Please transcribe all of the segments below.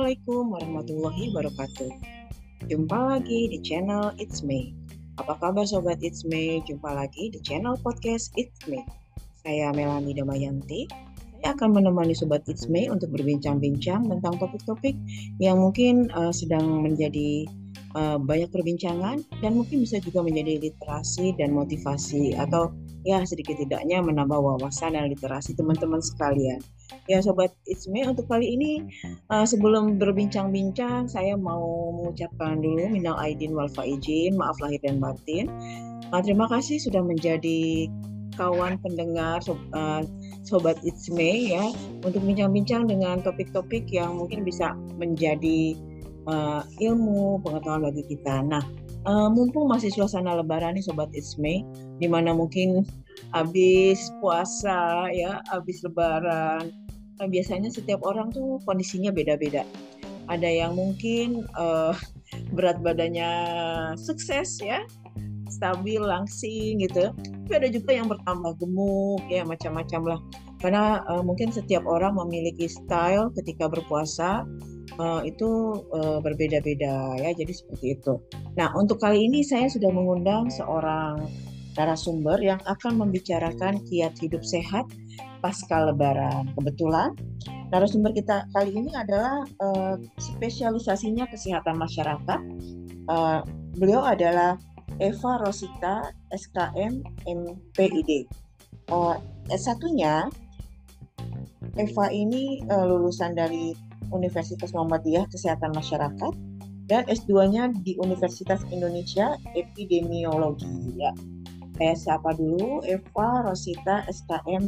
Assalamualaikum warahmatullahi wabarakatuh. Jumpa lagi di channel It's Me. Apa kabar Sobat It's Me? Jumpa lagi di channel podcast It's Me. Saya Melani Damayanti. Saya akan menemani Sobat It's Me untuk berbincang-bincang tentang topik-topik yang mungkin sedang menjadi banyak perbincangan dan mungkin bisa juga menjadi literasi dan motivasi atau ya sedikit tidaknya menambah wawasan dan literasi teman-teman sekalian. Ya Sobat It's Me, untuk kali ini sebelum berbincang-bincang saya mau mengucapkan dulu minal aidin wal faizin, maaf lahir dan batin. Terima kasih sudah menjadi kawan pendengar Sobat It's Me ya, untuk bincang-bincang dengan topik-topik yang mungkin bisa menjadi ilmu pengetahuan bagi kita. Nah, mumpung masih suasana lebaran nih Sobat It's Me, di mana mungkin habis puasa ya, habis lebaran. Nah, biasanya setiap orang tuh kondisinya beda-beda. Ada yang mungkin berat badannya sukses ya, stabil, langsing gitu. Tapi ada juga yang bertambah gemuk ya, macam-macam lah. Karena mungkin setiap orang memiliki style ketika berpuasa itu berbeda-beda ya, jadi seperti itu. Nah, untuk kali ini saya sudah mengundang seorang narasumber yang akan membicarakan kiat hidup sehat pasca lebaran. Kebetulan narasumber kita kali ini adalah spesialisasinya kesehatan masyarakat. Beliau adalah Eva Rosita, SKM MPID. S1-nya Eva ini lulusan dari Universitas Muhammadiyah Kesehatan Masyarakat dan S2-nya di Universitas Indonesia Epidemiologi ya. Saya sapa dulu Eva Rosita, SKM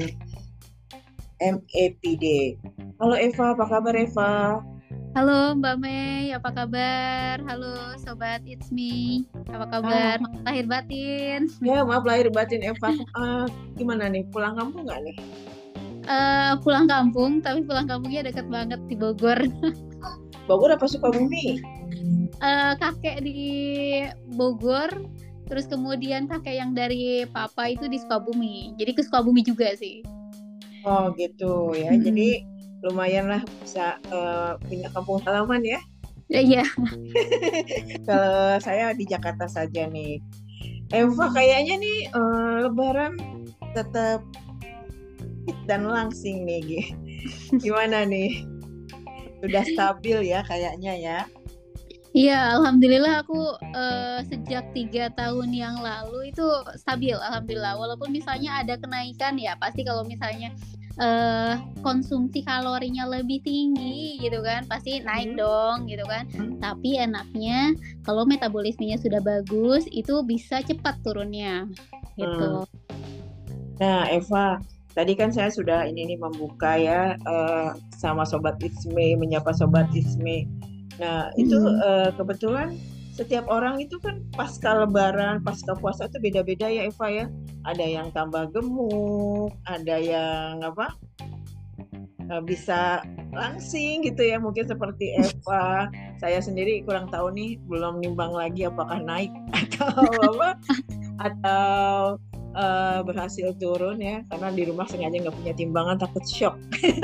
MEPD. Halo Eva, apa kabar Eva? Halo Mbak Mei, apa kabar? Halo Sobat It's Me, apa kabar? Maaf lahir batin. Ya, maaf lahir batin Eva. Gimana nih, pulang kampung nggak nih? Pulang kampung, tapi pulang kampungnya dekat banget di Bogor. Bogor apa Sukabumi? Kakek di Bogor, terus kemudian kakek yang dari papa itu di Sukabumi. Jadi ke Sukabumi juga sih. Oh gitu ya, jadi lumayan lah bisa pindah kampung halaman ya. Iya. Kalau saya di Jakarta saja nih. Eva kayaknya nih lebaran tetap fit dan langsing nih. Gimana nih? Sudah stabil ya kayaknya ya. Iya, alhamdulillah aku sejak 3 tahun yang lalu itu stabil, alhamdulillah. Walaupun misalnya ada kenaikan ya, pasti kalau misalnya konsumsi kalorinya lebih tinggi gitu kan, pasti naik dong gitu kan. Tapi enaknya kalau metabolismenya sudah bagus, itu bisa cepat turunnya gitu. Nah Eva, tadi kan saya sudah ini membuka ya sama Sobat It's Me, menyapa Sobat It's Me. Nah itu kebetulan setiap orang itu kan pasca lebaran, pasca puasa itu beda-beda ya Eva ya. Ada yang tambah gemuk, ada yang bisa langsing gitu ya, mungkin seperti Eva. Saya sendiri kurang tahu nih, belum nimbang lagi apakah naik atau berhasil turun ya, karena di rumah sengaja nggak punya timbangan, takut shock.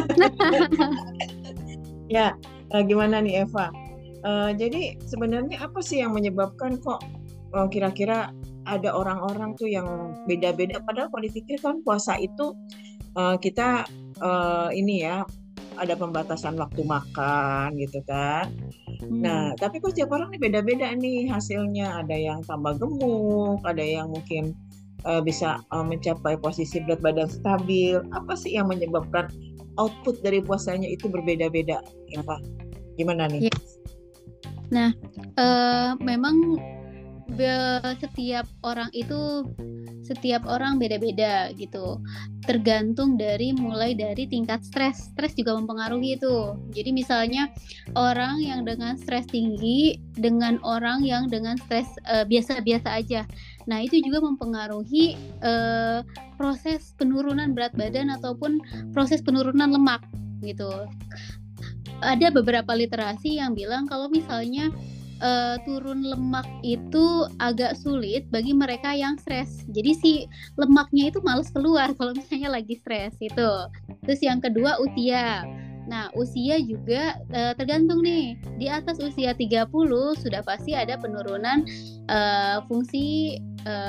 Ya, gimana nih Eva? Jadi sebenarnya apa sih yang menyebabkan kok kira-kira ada orang-orang tuh yang beda-beda, padahal kalau dipikir kan puasa itu kita ini ya, ada pembatasan waktu makan gitu kan. Nah, tapi kok setiap orang nih beda-beda nih hasilnya. Ada yang tambah gemuk, ada yang mungkin bisa mencapai posisi berat badan stabil. Apa sih yang menyebabkan output dari puasanya itu berbeda-beda ya Pak? Gimana nih? Nah, memang setiap orang beda-beda gitu. Tergantung mulai dari tingkat stres. Stres juga mempengaruhi itu. Jadi misalnya orang yang dengan stres tinggi dengan orang yang dengan stres biasa-biasa aja. Nah, itu juga mempengaruhi proses penurunan berat badan ataupun proses penurunan lemak gitu. Ada beberapa literasi yang bilang kalau misalnya turun lemak itu agak sulit bagi mereka yang stres. Jadi si lemaknya itu malas keluar kalau misalnya lagi stres itu. Terus yang kedua usia. Nah, usia juga tergantung nih. Di atas usia 30 sudah pasti ada penurunan fungsi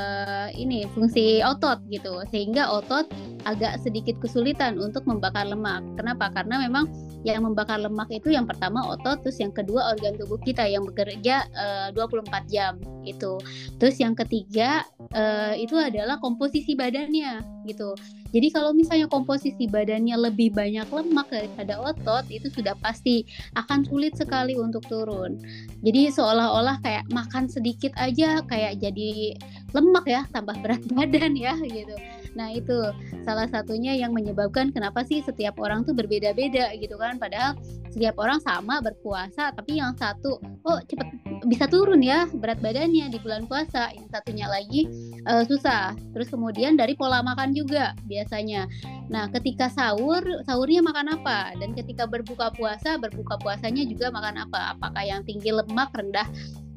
fungsi otot gitu. Sehingga otot agak sedikit kesulitan untuk membakar lemak. Kenapa? Karena memang yang membakar lemak itu yang pertama otot, terus yang kedua organ tubuh kita yang bekerja 24 jam itu. Terus yang ketiga itu adalah komposisi badannya gitu. Jadi kalau misalnya komposisi badannya lebih banyak lemak daripada otot, itu sudah pasti akan sulit sekali untuk turun. Jadi seolah-olah kayak makan sedikit aja kayak jadi lemak ya, tambah berat badan ya gitu. Nah itu salah satunya yang menyebabkan kenapa sih setiap orang tuh berbeda-beda gitu kan. Padahal setiap orang sama berpuasa, tapi yang satu cepet bisa turun ya berat badannya di bulan puasa, yang satunya lagi susah. Terus kemudian dari pola makan juga biasanya. Nah ketika sahurnya makan apa, dan ketika berbuka puasanya juga makan apa, apakah yang tinggi lemak rendah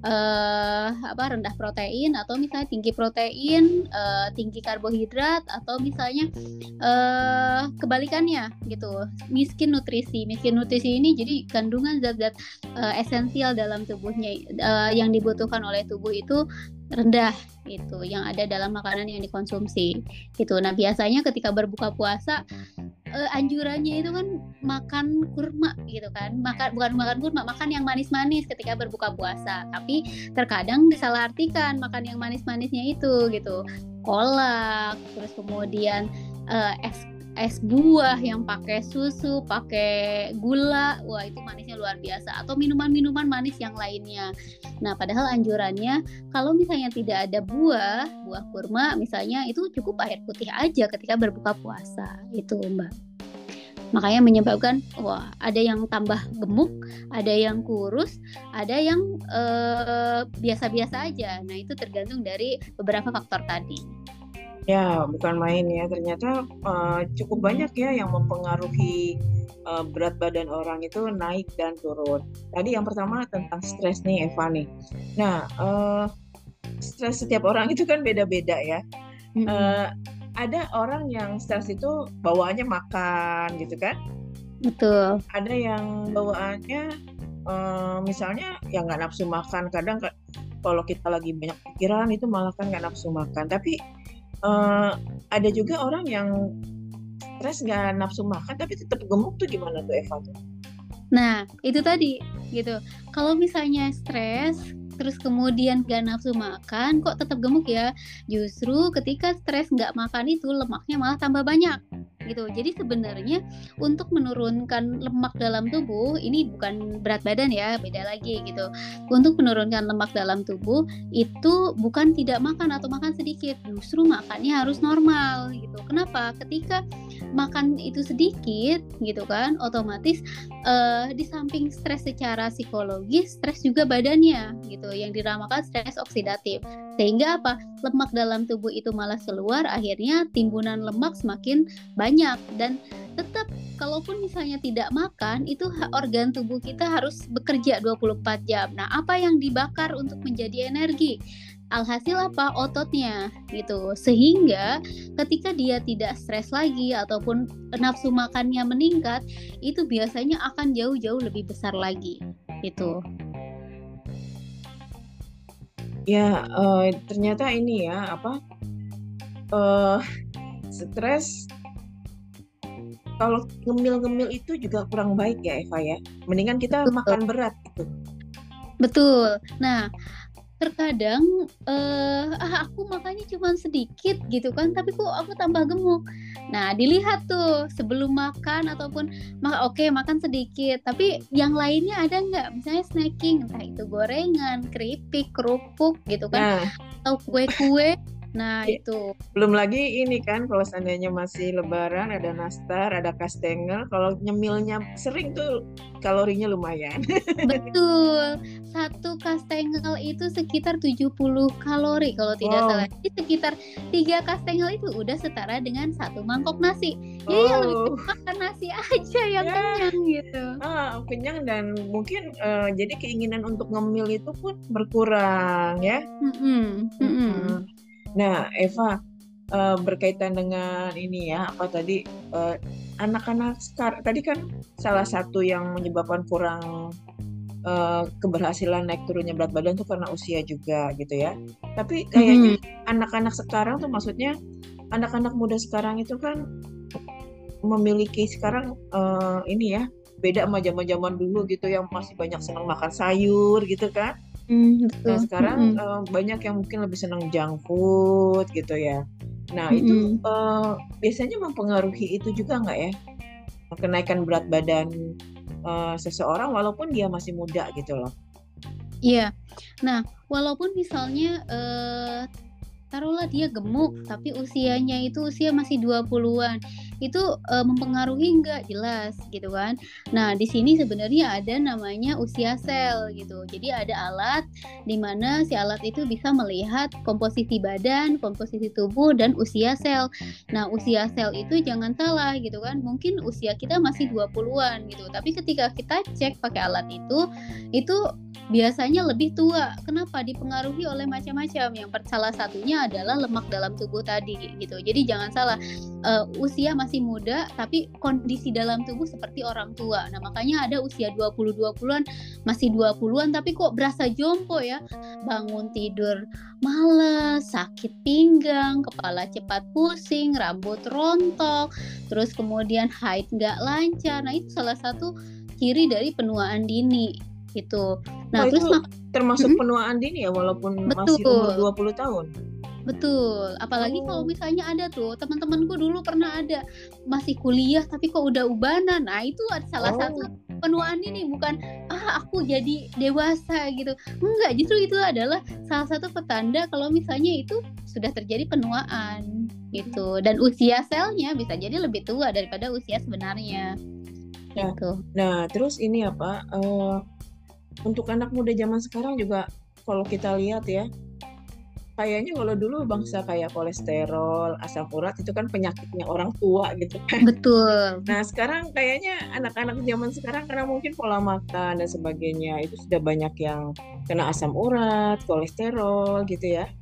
rendah protein, atau misalnya tinggi protein tinggi karbohidrat, atau misalnya kebalikannya gitu, miskin nutrisi ini jadi kandungan zat-zat esensial dalam tubuhnya yang dibutuhkan oleh tubuh itu rendah itu yang ada dalam makanan yang dikonsumsi gitu. Nah biasanya ketika berbuka puasa anjurannya itu kan makan kurma gitu kan, bukan makan kurma, makan yang manis-manis ketika berbuka puasa. Tapi terkadang disalahartikan makan yang manis-manisnya itu gitu, kolak, terus kemudian es buah yang pakai susu, pakai gula, wah itu manisnya luar biasa, atau minuman-minuman manis yang lainnya. Nah padahal anjurannya kalau misalnya tidak ada buah kurma misalnya, itu cukup air putih aja ketika berbuka puasa itu Mbak. Makanya menyebabkan ada yang tambah gemuk, ada yang kurus, ada yang biasa-biasa aja. Nah itu tergantung dari beberapa faktor tadi. Ya, bukan main ya. Ternyata cukup banyak ya yang mempengaruhi berat badan orang itu naik dan turun. Tadi yang pertama tentang stres nih Eva nih. Nah, stres setiap orang itu kan beda-beda ya. Ada orang yang stres itu bawaannya makan gitu kan? Betul. Ada yang bawaannya misalnya ya nggak nafsu makan. Kadang kalau kita lagi banyak pikiran itu malah kan nggak nafsu makan. Tapi ada juga orang yang stres nggak nafsu makan tapi tetap gemuk tuh, gimana tuh Eva tuh? Nah itu tadi gitu. Kalau misalnya stres terus kemudian gak nafsu makan kok tetap gemuk ya, justru ketika stres nggak makan itu lemaknya malah tambah banyak gitu. Jadi sebenarnya untuk menurunkan lemak dalam tubuh ini bukan berat badan ya, beda lagi gitu. Untuk menurunkan lemak dalam tubuh itu bukan tidak makan atau makan sedikit, justru makannya harus normal gitu. Kenapa? Ketika makan itu sedikit gitu kan, otomatis di samping stres secara psikologis, stres juga badannya gitu, yang dinamakan stres oksidatif. Sehingga apa? Lemak dalam tubuh itu malah keluar, akhirnya timbunan lemak semakin banyak. Dan tetap kalaupun misalnya tidak makan, itu organ tubuh kita harus bekerja 24 jam. Nah, apa yang dibakar untuk menjadi energi? Alhasil apa? Ototnya gitu. Sehingga ketika dia tidak stres lagi ataupun nafsu makannya meningkat, itu biasanya akan jauh-jauh lebih besar lagi gitu. Ya, ternyata ini ya stres kalau ngemil-ngemil itu juga kurang baik ya Eva ya. Mendingan kita makan berat gitu. Betul. Nah, terkadang aku makannya cuma sedikit gitu kan, tapi kok aku tambah gemuk. Nah dilihat tuh sebelum makan ataupun makan sedikit, tapi yang lainnya ada nggak, misalnya snacking, entah itu gorengan, keripik, kerupuk gitu kan, atau kue-kue. Nah itu belum lagi ini kan kalau seandainya masih lebaran ada nastar, ada kastengel, kalau nyemilnya sering tuh kalorinya lumayan. Betul, satu kastengel itu sekitar 70 kalori kalau tidak salah. Jadi sekitar 3 kastengel itu udah setara dengan 1 mangkok nasi. Jadi lebih makan nasi aja yang kenyang gitu. Kenyang, dan mungkin jadi keinginan untuk ngemil itu pun berkurang ya. Nah Eva, berkaitan dengan ini ya, anak-anak sekarang tadi kan salah satu yang menyebabkan kurang keberhasilan naik turunnya berat badan tuh karena usia juga gitu ya. Tapi kayaknya anak-anak sekarang tuh maksudnya anak-anak muda sekarang itu kan memiliki sekarang ini ya beda sama zaman-zaman dulu gitu yang masih banyak senang makan sayur gitu kan. Nah Betul. sekarang banyak yang mungkin lebih senang junk food gitu ya. Nah itu biasanya mempengaruhi itu juga nggak ya? Kenaikan berat badan seseorang walaupun dia masih muda gitu loh. Iya. Nah, walaupun misalnya taruhlah dia gemuk tapi usianya itu usia masih 20-an. Itu mempengaruhi nggak? Jelas gitu kan. Nah, di sini sebenarnya ada namanya usia sel gitu. Jadi ada alat di mana si alat itu bisa melihat komposisi badan, komposisi tubuh dan usia sel. Nah, usia sel itu jangan salah gitu kan. Mungkin usia kita masih 20-an gitu. Tapi ketika kita cek pakai alat itu biasanya lebih tua. Kenapa? Dipengaruhi oleh macam-macam. Salah satunya adalah lemak dalam tubuh tadi gitu. Jadi jangan salah, usia masih muda tapi kondisi dalam tubuh seperti orang tua. Nah, makanya ada usia 20-20-an masih 20-an tapi kok berasa jompo ya. Bangun tidur malas, sakit pinggang, kepala cepat pusing, rambut rontok, terus kemudian haid nggak lancar. Nah, itu salah satu ciri dari penuaan dini gitu. Nah, itu terus termasuk penuaan dini ya walaupun masih umur 20 tahun. Betul, apalagi kalau misalnya ada tuh teman-temanku dulu pernah ada masih kuliah tapi kok udah ubanan. Nah, itu salah satu penuaan ini, bukan aku jadi dewasa gitu. Enggak, justru itu adalah salah satu petanda kalau misalnya itu sudah terjadi penuaan gitu. Dan usia selnya bisa jadi lebih tua daripada usia sebenarnya. Gitu. Nah, terus ini apa? Untuk anak muda zaman sekarang juga kalau kita lihat ya, kayaknya kalau dulu bangsa kayak kolesterol, asam urat itu kan penyakitnya orang tua gitu kan. Betul. Nah sekarang kayaknya anak-anak zaman sekarang karena mungkin pola makan dan sebagainya itu sudah banyak yang kena asam urat, kolesterol gitu ya.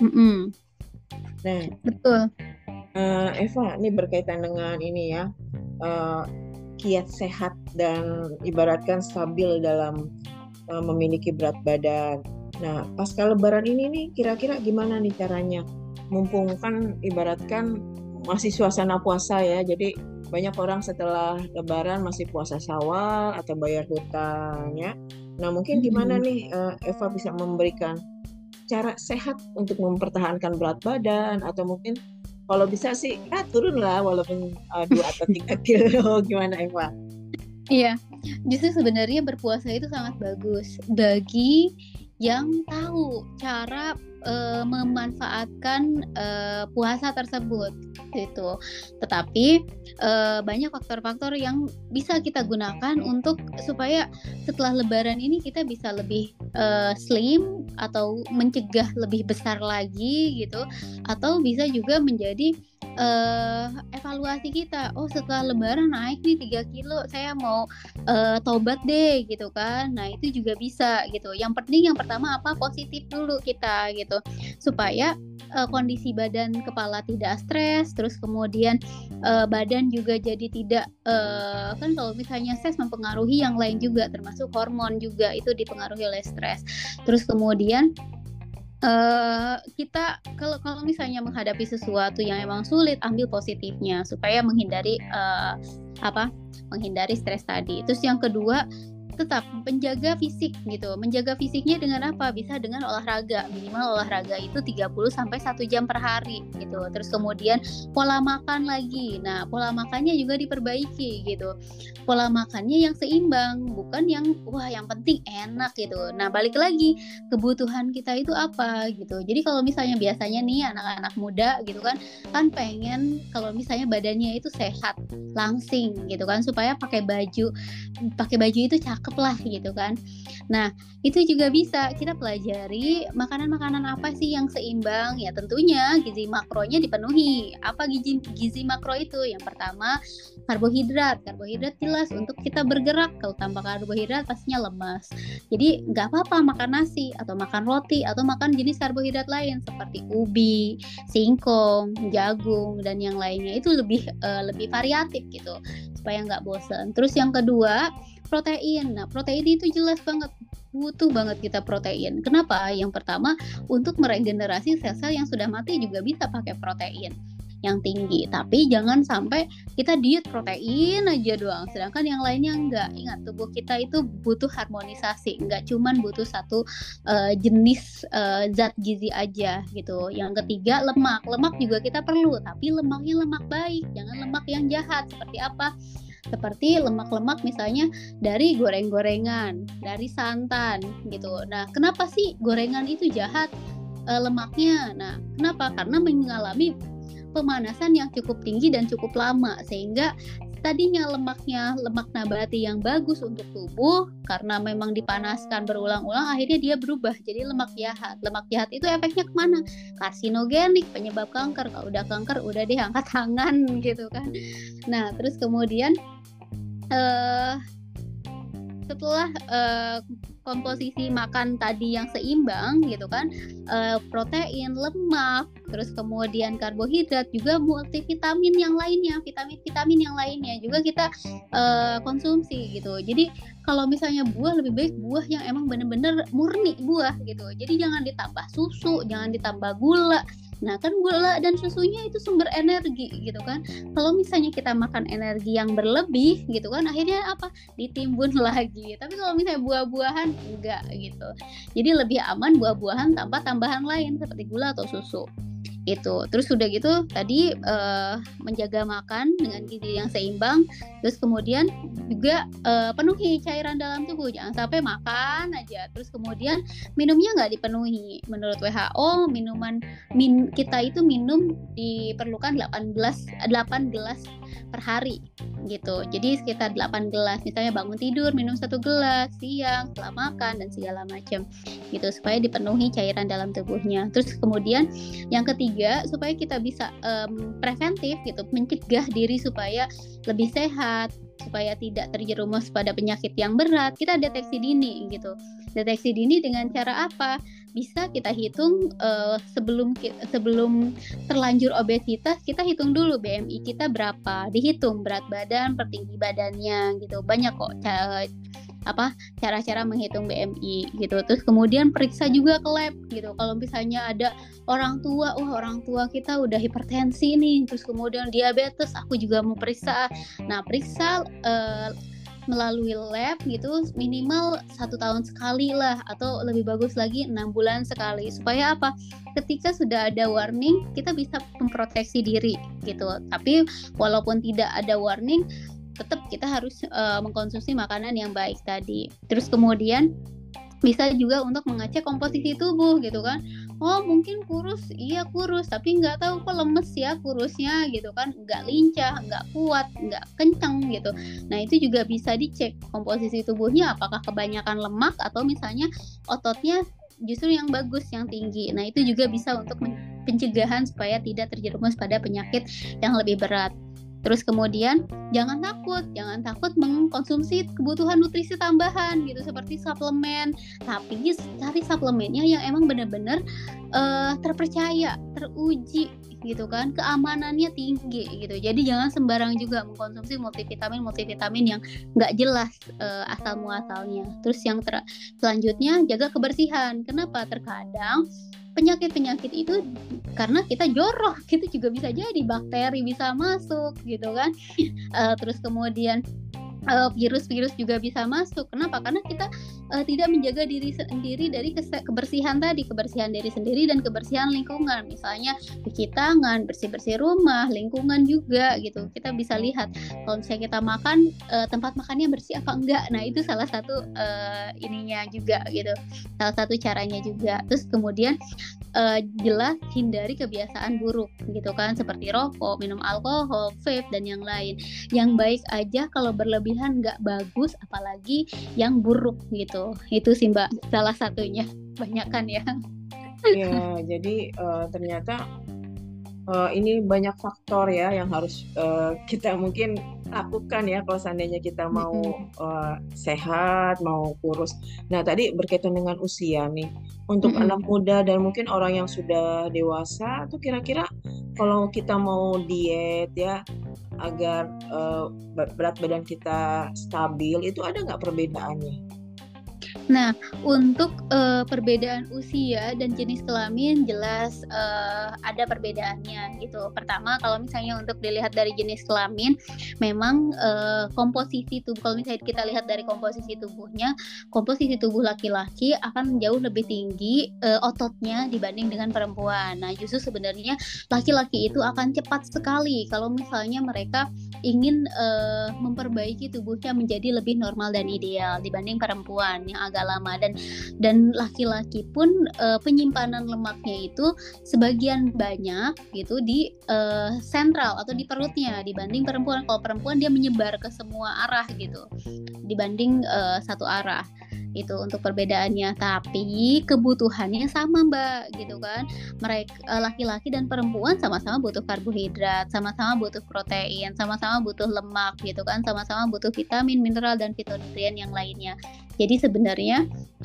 Nah, betul. Eva, ini berkaitan dengan ini ya, kiat sehat dan ibaratkan stabil dalam memiliki berat badan. Nah, pasca lebaran ini nih kira-kira gimana nih caranya? Mumpung kan ibaratkan masih suasana puasa ya, jadi banyak orang setelah lebaran masih puasa Syawal atau bayar hutang ya. Nah, mungkin gimana nih Eva bisa memberikan cara sehat untuk mempertahankan berat badan atau mungkin kalau bisa sih turun lah walaupun 2 atau 3 kilo. Gimana Eva? Iya, justru sebenarnya berpuasa itu sangat bagus bagi yang tahu cara memanfaatkan puasa tersebut gitu. Tetapi banyak faktor-faktor yang bisa kita gunakan untuk supaya setelah lebaran ini kita bisa lebih slim atau mencegah lebih besar lagi gitu, atau bisa juga menjadi evaluasi kita. Oh, setelah lebaran naik nih 3 kilo, saya mau tobat deh gitu kan. Nah, itu juga bisa gitu. Yang penting yang pertama apa? Positif dulu kita gitu. Supaya kondisi badan kepala tidak stres, terus kemudian badan juga jadi tidak kan kalau misalnya stres mempengaruhi yang lain juga, termasuk hormon juga itu dipengaruhi oleh stres. Terus kemudian kita kalau misalnya menghadapi sesuatu yang emang sulit, ambil positifnya supaya menghindari menghindari stres tadi. Terus yang kedua, tetap menjaga fisik gitu. Menjaga fisiknya dengan apa? Bisa dengan olahraga. Minimal olahraga itu 30 sampai 1 jam per hari gitu. Terus kemudian pola makan lagi. Nah, pola makannya juga diperbaiki gitu. Pola makannya yang seimbang, bukan yang yang penting enak gitu. Nah, balik lagi, kebutuhan kita itu apa gitu. Jadi kalau misalnya biasanya nih anak-anak muda gitu kan pengen kalau misalnya badannya itu sehat, langsing gitu kan, supaya pakai baju itu cakep cakep lah gitu kan. Nah, itu juga bisa kita pelajari makanan-makanan apa sih yang seimbang. Ya tentunya gizi makronya dipenuhi. Apa gizi makro itu? Yang pertama karbohidrat. Karbohidrat jelas untuk kita bergerak. Kalau tanpa karbohidrat pastinya lemas. Jadi nggak apa-apa makan nasi atau makan roti atau makan jenis karbohidrat lain seperti ubi, singkong, jagung dan yang lainnya. Itu lebih variatif gitu supaya nggak bosan. Terus yang kedua protein. Nah, protein itu jelas banget butuh banget kita protein. Kenapa? Yang pertama untuk meregenerasi sel-sel yang sudah mati juga bisa pakai protein yang tinggi. Tapi jangan sampai kita diet protein aja doang, sedangkan yang lainnya enggak. Ingat, tubuh kita itu butuh harmonisasi, enggak cuman butuh satu jenis zat gizi aja gitu. Yang ketiga lemak. Lemak juga kita perlu, tapi lemaknya lemak baik, jangan lemak yang jahat. Seperti apa? Seperti lemak-lemak misalnya dari goreng-gorengan, dari santan gitu. Nah, kenapa sih gorengan itu jahat lemaknya? Nah, kenapa? Karena mengalami pemanasan yang cukup tinggi dan cukup lama, sehingga tadinya lemak nabati yang bagus untuk tubuh, karena memang dipanaskan berulang-ulang, akhirnya dia berubah jadi lemak jahat. Lemak jahat itu efeknya kemana? Karsinogenik, penyebab kanker. Kalau udah kanker, udah deh angkat tangan gitu kan. Nah, terus kemudian setelah komposisi makan tadi yang seimbang gitu kan, protein, lemak, terus kemudian karbohidrat, juga multivitamin yang lainnya, vitamin-vitamin yang lainnya juga kita konsumsi gitu. Jadi kalau misalnya buah, lebih baik buah yang emang bener-bener murni buah gitu. Jadi jangan ditambah susu, jangan ditambah gula. Nah kan gula dan susunya itu sumber energi gitu kan. Kalau misalnya kita makan energi yang berlebih gitu kan, akhirnya apa? Ditimbun lagi. Tapi kalau misalnya buah-buahan enggak gitu. Jadi lebih aman buah-buahan tanpa tambahan lain seperti gula atau susu. Itu. Terus udah gitu tadi menjaga makan dengan gizi yang seimbang. Terus kemudian juga penuhi cairan dalam tubuh. Jangan sampai makan aja terus kemudian minumnya nggak dipenuhi. Menurut WHO kita itu minum diperlukan 8 gelas per hari gitu. Jadi sekitar 8 gelas. Misalnya bangun tidur minum 1 gelas, siang setelah makan dan segala macam gitu, supaya dipenuhi cairan dalam tubuhnya. Terus kemudian yang ketiga, supaya kita bisa preventif gitu, mencegah diri supaya lebih sehat, supaya tidak terjerumus pada penyakit yang berat, kita deteksi dini gitu. Deteksi dini dengan cara apa? Bisa kita hitung sebelum terlanjur obesitas, kita hitung dulu BMI kita berapa, dihitung berat badan per tinggi badannya gitu. Banyak kok cara-cara menghitung BMI gitu. Terus kemudian periksa juga ke lab gitu. Kalau misalnya ada orang tua kita udah hipertensi nih, terus kemudian diabetes, aku juga mau periksa. Nah, periksa melalui lab gitu minimal 1 tahun sekali lah, atau lebih bagus lagi 6 bulan sekali, supaya apa? Ketika sudah ada warning kita bisa memproteksi diri gitu. Tapi walaupun tidak ada warning, tetap kita harus mengkonsumsi makanan yang baik tadi. Terus kemudian bisa juga untuk mengecek komposisi tubuh gitu kan. Oh mungkin kurus, iya kurus, tapi nggak tahu kok lemes ya kurusnya gitu kan, nggak lincah, nggak kuat, nggak kencang gitu. Nah itu juga bisa dicek komposisi tubuhnya, apakah kebanyakan lemak atau misalnya ototnya justru yang bagus, yang tinggi. Nah itu juga bisa untuk pencegahan supaya tidak terjerumus pada penyakit yang lebih berat. Terus kemudian jangan takut mengkonsumsi kebutuhan nutrisi tambahan gitu seperti suplemen, tapi cari suplemennya yang emang benar-benar terpercaya, teruji gitu kan, keamanannya tinggi gitu. Jadi jangan sembarang juga mengkonsumsi multivitamin yang nggak jelas asal muasalnya. Terus yang selanjutnya jaga kebersihan. Kenapa? Terkadang penyakit-penyakit itu karena kita jorok, itu juga bisa jadi bakteri bisa masuk gitu kan. Terus kemudian virus-virus juga bisa masuk. Kenapa? Karena kita tidak menjaga diri sendiri dari kebersihan tadi, kebersihan diri sendiri dan kebersihan lingkungan. Misalnya cuci tangan, bersih-bersih rumah, lingkungan juga gitu. Kita bisa lihat kalau misalnya kita makan, tempat makannya bersih apa enggak. Nah itu salah satu ininya juga gitu, salah satu caranya juga. Terus kemudian jelas hindari kebiasaan buruk gitu kan, seperti rokok, minum alkohol, vape dan yang lain. Yang baik aja kalau berlebihan nggak bagus, apalagi yang buruk gitu. Itu sih Mbak salah satunya. Banyak kan ya. Ya, jadi ternyata ini banyak faktor ya yang harus kita mungkin lakukan ya kalau seandainya kita mau sehat, mau kurus. Nah, tadi berkaitan dengan usia nih. Untuk anak muda dan mungkin orang yang sudah dewasa tuh kira-kira kalau kita mau diet ya agar berat badan kita stabil, itu ada nggak perbedaannya? Nah, untuk perbedaan usia dan jenis kelamin jelas ada perbedaannya gitu. Pertama, kalau misalnya untuk dilihat dari jenis kelamin, memang komposisi tubuh, kalau misalnya kita lihat dari komposisi tubuhnya, komposisi tubuh laki-laki akan jauh lebih tinggi ototnya dibanding dengan perempuan. Nah, justru sebenarnya laki-laki itu akan cepat sekali kalau misalnya mereka ingin memperbaiki tubuhnya menjadi lebih normal dan ideal dibanding perempuan yang agak lama. Dan laki-laki pun penyimpanan lemaknya itu sebagian banyak gitu di sentral atau di perutnya dibanding perempuan. Kalau perempuan dia menyebar ke semua arah gitu dibanding satu arah. Itu untuk perbedaannya, tapi kebutuhannya sama Mbak gitu kan. Mereka laki-laki dan perempuan sama-sama butuh karbohidrat, sama-sama butuh protein, sama-sama butuh lemak gitu kan, sama-sama butuh vitamin, mineral dan fitonutrien yang lainnya. Jadi sebenarnya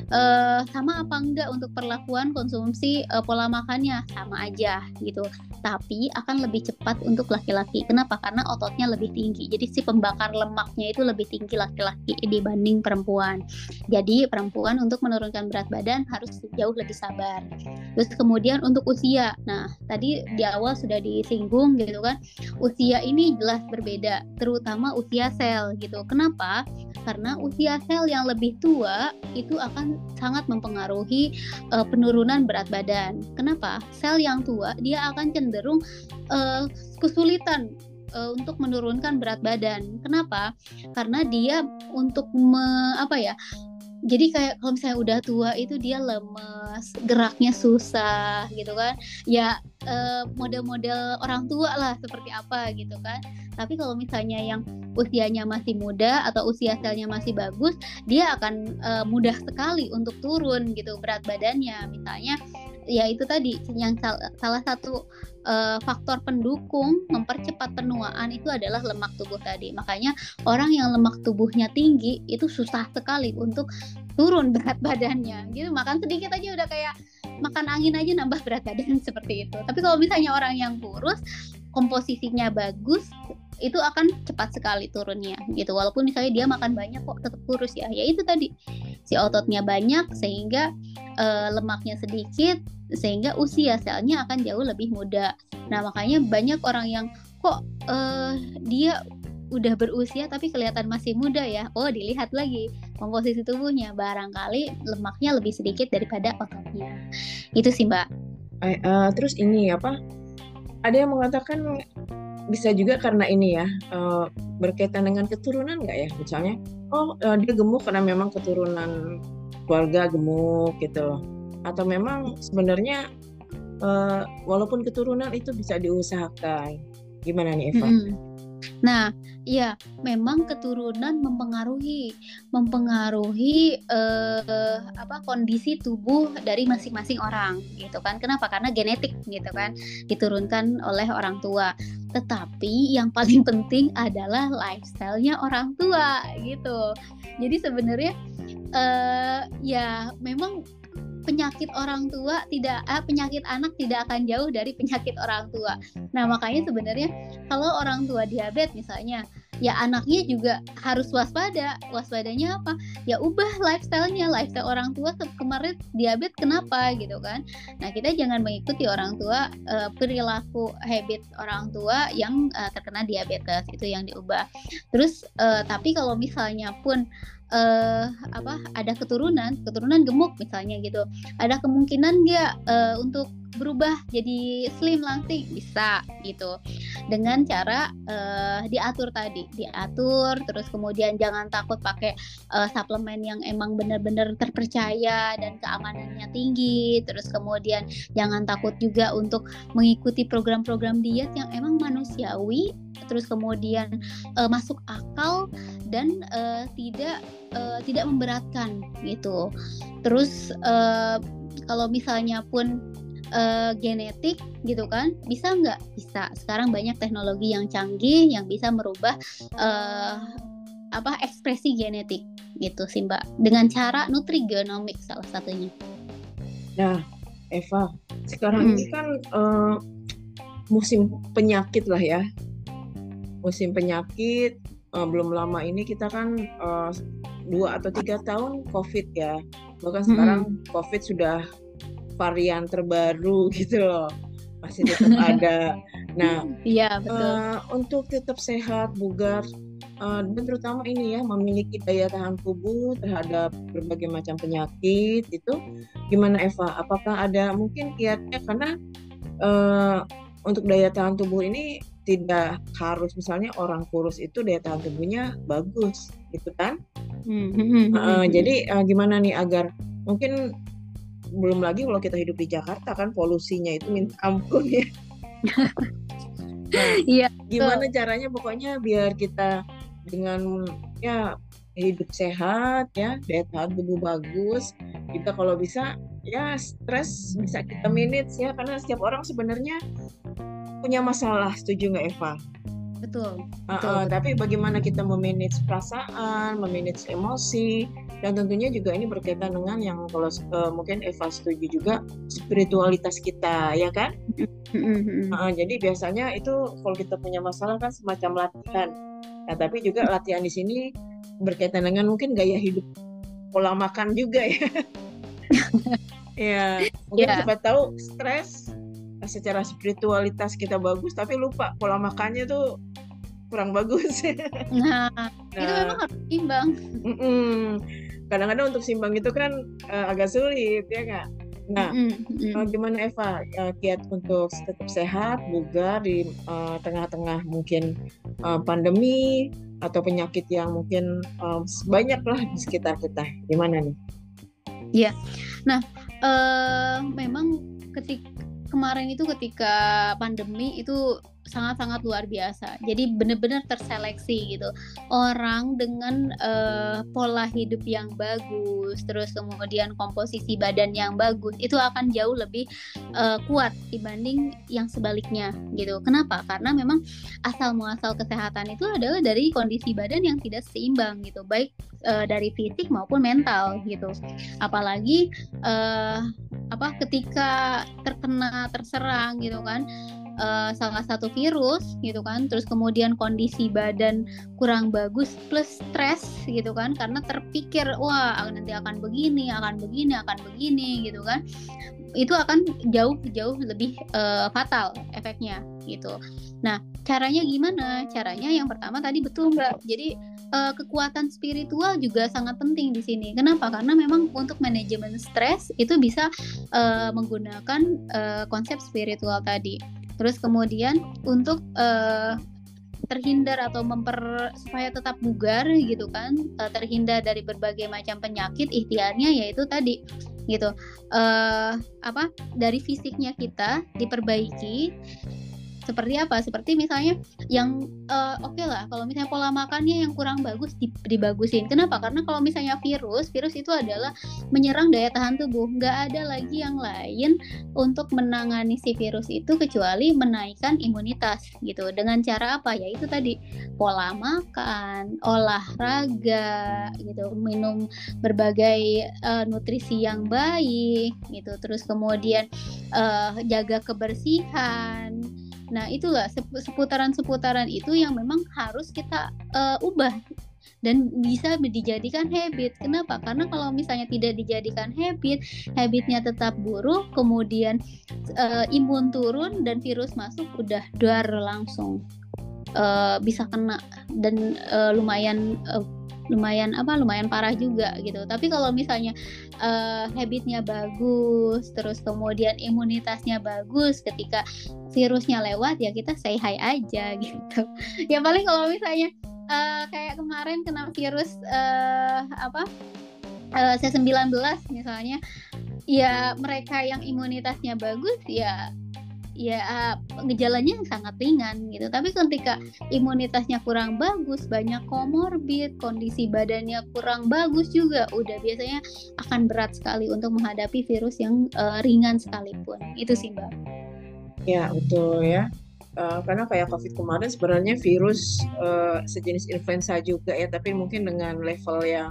sama apa enggak untuk perlakuan konsumsi pola makannya, sama aja gitu. Tapi akan lebih cepat untuk laki-laki. Kenapa? Karena ototnya lebih tinggi. Jadi si pembakar lemaknya itu lebih tinggi laki-laki dibanding perempuan. Jadi perempuan untuk menurunkan berat badan harus jauh lebih sabar. Terus kemudian untuk usia. Nah, tadi di awal sudah disinggung gitu kan. Usia ini jelas berbeda, terutama usia sel gitu. Kenapa? Karena usia sel yang lebih tua itu akan sangat mempengaruhi penurunan berat badan. Kenapa? Sel yang tua dia akan cenderung kesulitan untuk menurunkan berat badan. Kenapa? Karena dia untuk jadi kayak kalau misalnya udah tua itu dia lemes, geraknya susah gitu kan. Ya model-model orang tua lah seperti apa gitu kan. Tapi kalau misalnya yang usianya masih muda atau usia selnya masih bagus, dia akan mudah sekali untuk turun gitu berat badannya. Misalnya ya itu tadi yang salah satu faktor pendukung mempercepat penuaan itu adalah lemak tubuh tadi. Makanya orang yang lemak tubuhnya tinggi itu susah sekali untuk turun berat badannya gitu. Makan sedikit aja udah kayak makan angin aja nambah berat badan seperti itu. Tapi kalau misalnya orang yang kurus, komposisinya bagus, itu akan cepat sekali turunnya gitu. Walaupun misalnya dia makan banyak kok tetap kurus ya. Ya itu tadi, si ototnya banyak sehingga lemaknya sedikit, sehingga usia selnya akan jauh lebih muda. Nah makanya banyak orang yang kok dia udah berusia tapi kelihatan masih muda ya. Oh, dilihat lagi komposisi tubuhnya, barangkali lemaknya lebih sedikit daripada ototnya. Itu sih Mbak. Terus ini apa? Ada yang mengatakan bisa juga karena ini ya berkaitan dengan keturunan nggak ya? Misalnya, dia gemuk karena memang keturunan keluarga gemuk gitu loh. Atau memang sebenarnya walaupun keturunan itu bisa diusahakan. Gimana nih Eva? Nah, ya memang keturunan mempengaruhi kondisi tubuh dari masing-masing orang gitu kan. Kenapa? Karena genetik gitu kan, diturunkan oleh orang tua. Tetapi yang paling penting adalah lifestyle-nya orang tua gitu. Jadi sebenarnya ya memang penyakit orang tua penyakit anak tidak akan jauh dari penyakit orang tua. Nah makanya sebenarnya kalau orang tua diabetes misalnya, ya anaknya juga harus waspada. Waspadanya apa? Ya ubah lifestyle orang tua kemarin diabetes kenapa gitu kan. Nah kita jangan mengikuti orang tua, perilaku habit orang tua yang terkena diabetes, itu yang diubah. Terus tapi kalau misalnya pun ada keturunan gemuk misalnya gitu, ada kemungkinan nggak untuk berubah jadi slim langsing, bisa gitu. Dengan cara diatur terus kemudian jangan takut pakai suplemen yang emang benar-benar terpercaya dan keamanannya tinggi. Terus kemudian jangan takut juga untuk mengikuti program-program diet yang emang manusiawi, terus kemudian masuk akal dan tidak memberatkan gitu. Terus kalau misalnya pun genetik gitu kan, bisa nggak? Bisa. Sekarang banyak teknologi yang canggih yang bisa merubah ekspresi genetik gitu sih Mbak, dengan cara nutrigenomik salah satunya. Nah, Eva, sekarang ini kan musim penyakit lah ya. Musim penyakit, belum lama ini kita kan 2 atau 3 tahun COVID ya. Bahkan sekarang COVID sudah varian terbaru gitu loh. Masih tetap ada. Nah, iya betul. Untuk tetap sehat, bugar, dan terutama ini ya, memiliki daya tahan tubuh terhadap berbagai macam penyakit itu gimana Eva? Apakah ada mungkin kiatnya, karena untuk daya tahan tubuh ini tidak harus misalnya orang kurus itu daya tahan tubuhnya bagus gitu kan? Jadi gimana nih agar mungkin, belum lagi kalau kita hidup di Jakarta kan polusinya itu minta ampun ya. Nah, iya, gimana caranya pokoknya biar kita dengan ya hidup sehat ya, daya tahan tubuh bagus, kita kalau bisa ya stres bisa kita manage ya, karena setiap orang sebenarnya punya masalah, setuju nggak Eva? betul. Tapi bagaimana kita memanage perasaan, memanage emosi, dan tentunya juga ini berkaitan dengan yang kalau mungkin Eva setuju juga, spiritualitas kita ya kan? Jadi biasanya itu kalau kita punya masalah kan semacam latihan. Nah, tapi juga latihan di sini berkaitan dengan mungkin gaya hidup, pola makan juga ya. Ya, mungkin siapa tahu stres secara spiritualitas kita bagus tapi lupa pola makannya tuh kurang bagus. Nah, itu memang harus seimbang. Kadang-kadang untuk seimbang itu kan agak sulit ya nggak? Nah, gimana Eva kiat untuk tetap sehat, bugar di tengah-tengah mungkin pandemi atau penyakit yang mungkin banyak lah di sekitar kita, gimana nih? Iya, nah memang kemarin itu ketika pandemi itu sangat-sangat luar biasa. Jadi benar-benar terseleksi gitu. Orang dengan pola hidup yang bagus, terus kemudian komposisi badan yang bagus, itu akan jauh lebih kuat dibanding yang sebaliknya gitu. Kenapa? Karena memang asal muasal kesehatan itu adalah dari kondisi badan yang tidak seimbang gitu, baik dari fisik maupun mental gitu. Apalagi ketika terserang gitu kan salah satu virus gitu kan, terus kemudian kondisi badan kurang bagus plus stres gitu kan, karena terpikir wah nanti akan begini gitu kan, itu akan jauh lebih fatal efeknya gitu. Nah, caranya gimana? Caranya yang pertama tadi betul Mbak. Jadi kekuatan spiritual juga sangat penting di sini. Kenapa? Karena memang untuk manajemen stres itu bisa menggunakan konsep spiritual tadi. Terus kemudian untuk terhindar atau supaya tetap bugar gitu kan, terhindar dari berbagai macam penyakit, ikhtiarnya yaitu tadi gitu, dari fisiknya kita diperbaiki. Seperti apa? Seperti misalnya yang oke lah kalau misalnya pola makannya yang kurang bagus dibagusin. Kenapa? Karena kalau misalnya virus itu adalah menyerang daya tahan tubuh. Nggak ada lagi yang lain untuk menangani si virus itu kecuali menaikkan imunitas gitu. Dengan cara apa? Yaitu tadi pola makan, olahraga gitu, minum berbagai nutrisi yang baik gitu. Terus kemudian jaga kebersihan. Nah, itulah seputaran-seputaran itu yang memang harus kita ubah dan bisa dijadikan habit. Kenapa? Karena kalau misalnya tidak dijadikan habitnya tetap buruk, kemudian imun turun dan virus masuk, udah dar langsung bisa kena dan lumayan lumayan parah juga gitu. Tapi kalau misalnya habitnya bagus, terus kemudian imunitasnya bagus, ketika virusnya lewat ya kita say hi aja gitu. Ya paling kalau misalnya kayak kemarin kena virus C19 misalnya, ya mereka yang imunitasnya bagus ya gejalanya sangat ringan gitu. Tapi ketika imunitasnya kurang bagus, banyak komorbid, kondisi badannya kurang bagus juga, udah biasanya akan berat sekali untuk menghadapi virus yang ringan sekalipun. Itu sih Mbak. Ya betul ya. Karena kayak COVID kemarin sebenarnya virus sejenis influenza juga ya, tapi mungkin dengan level yang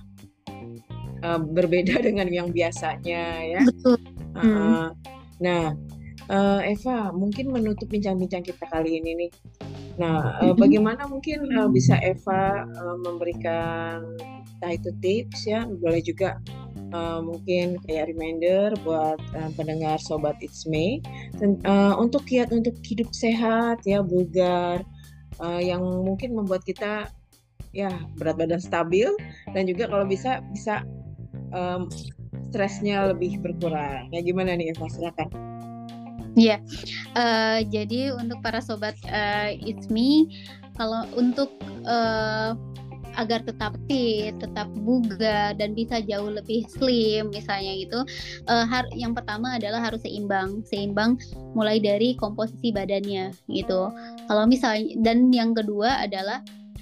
berbeda dengan yang biasanya ya. Betul. Nah, Eva, mungkin menutup bincang-bincang kita kali ini nih. Nah, bagaimana mungkin bisa Eva memberikan entah itu tips ya, boleh juga mungkin kayak reminder buat pendengar Sobat It's Me untuk kiat untuk hidup sehat ya, bugar, yang mungkin membuat kita ya berat badan stabil dan juga kalau bisa stresnya lebih berkurang. Ya gimana nih Eva, silakan. Iya, jadi untuk para sobat It's Me, kalau untuk agar tetap fit, tetap bugar dan bisa jauh lebih slim misalnya gitu, yang pertama adalah harus seimbang mulai dari komposisi badannya gitu. Kalau misalnya, dan yang kedua adalah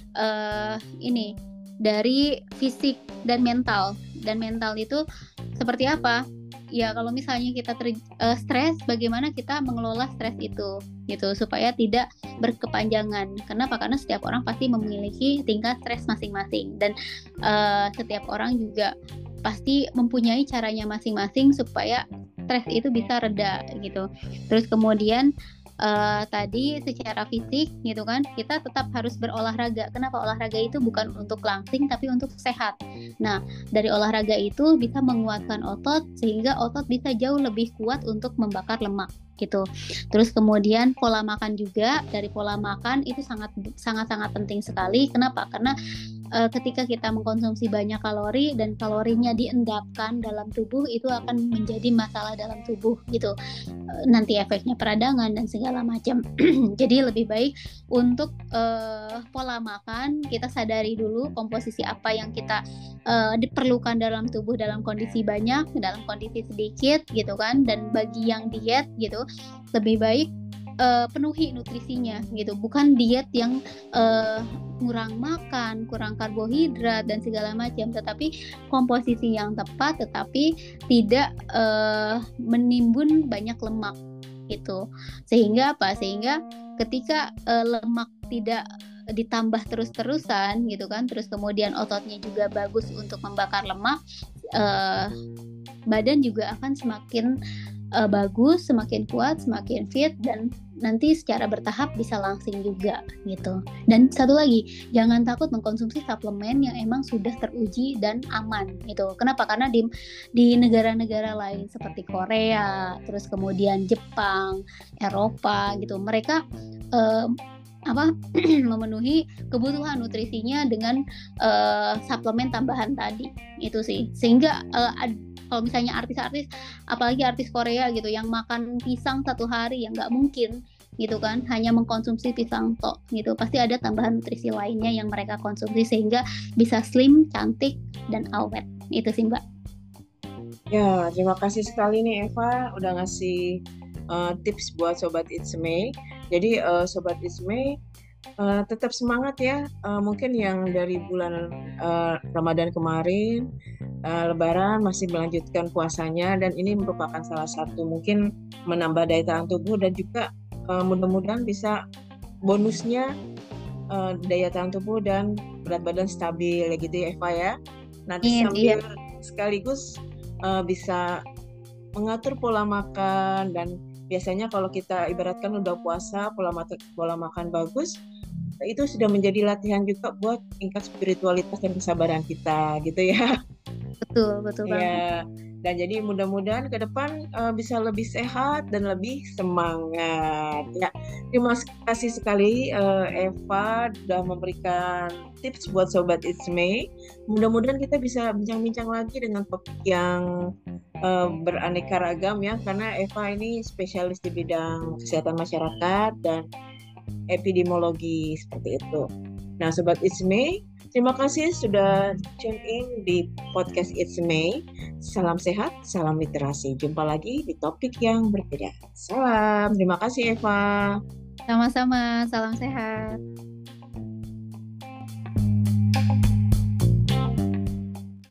ini dari fisik dan mental. Dan mental itu seperti apa? Ya kalau misalnya kita stres, bagaimana kita mengelola stres itu gitu supaya tidak berkepanjangan. Kenapa? Karena setiap orang pasti memiliki tingkat stres masing-masing dan setiap orang juga pasti mempunyai caranya masing-masing supaya stres itu bisa reda gitu. Terus kemudian tadi secara fisik gitu kan, kita tetap harus berolahraga. Kenapa? Olahraga itu bukan untuk langsing tapi untuk sehat. Nah, dari olahraga itu bisa menguatkan otot sehingga otot bisa jauh lebih kuat untuk membakar lemak gitu. Terus kemudian pola makan juga, dari pola makan itu sangat penting sekali. Kenapa? Karena ketika kita mengkonsumsi banyak kalori dan kalorinya diendapkan dalam tubuh, itu akan menjadi masalah dalam tubuh gitu. Nanti efeknya peradangan dan segala macam. Jadi lebih baik untuk pola makan kita sadari dulu komposisi apa yang kita diperlukan dalam tubuh dalam kondisi banyak, dalam kondisi sedikit gitu kan. Dan bagi yang diet gitu, lebih baik penuhi nutrisinya gitu, bukan diet yang kurang makan, kurang karbohidrat dan segala macam, tetapi komposisi yang tepat tetapi tidak menimbun banyak lemak gitu. Sehingga apa? Sehingga ketika lemak tidak ditambah terus-terusan gitu kan, terus kemudian ototnya juga bagus untuk membakar lemak, badan juga akan semakin bagus, semakin kuat, semakin fit, dan nanti secara bertahap bisa langsing juga gitu. Dan satu lagi, jangan takut mengkonsumsi suplemen yang emang sudah teruji dan aman gitu. Kenapa? Karena di negara-negara lain seperti Korea, terus kemudian Jepang, Eropa gitu, mereka memenuhi kebutuhan nutrisinya dengan suplemen tambahan tadi itu sih. Sehingga kalau misalnya artis-artis, apalagi artis Korea gitu yang makan pisang satu hari, ya nggak mungkin gitu kan, hanya mengkonsumsi pisang tok gitu. Pasti ada tambahan nutrisi lainnya yang mereka konsumsi sehingga bisa slim, cantik, dan awet. Itu sih Mbak. Ya, terima kasih sekali nih Eva udah ngasih tips buat Sobat It's Me. Jadi Sobat It's Me tetap semangat ya. Mungkin yang dari bulan Ramadan kemarin, Lebaran masih melanjutkan puasanya, dan ini merupakan salah satu mungkin menambah daya tahan tubuh, dan juga mudah-mudahan bisa bonusnya daya tahan tubuh dan berat badan stabil ya gitu ya Eva ya. Nanti sambil sekaligus bisa mengatur pola makan, dan biasanya kalau kita ibaratkan udah puasa, pola makan bagus, itu sudah menjadi latihan juga buat tingkat spiritualitas dan kesabaran kita gitu ya. Betul banget. Ya, dan jadi mudah-mudahan ke depan bisa lebih sehat dan lebih semangat. Ya, terima kasih sekali Eva sudah memberikan tips buat Sobat It's Me. Mudah-mudahan kita bisa bincang-bincang lagi dengan topik yang beraneka ragam ya, karena Eva ini spesialis di bidang kesehatan masyarakat dan epidemiologi seperti itu. Nah, Sobat It's Me, terima kasih sudah tune in di podcast It's Me. Salam sehat, salam literasi. Jumpa lagi di topik yang berbeda. Salam, terima kasih Eva. Sama-sama, salam sehat.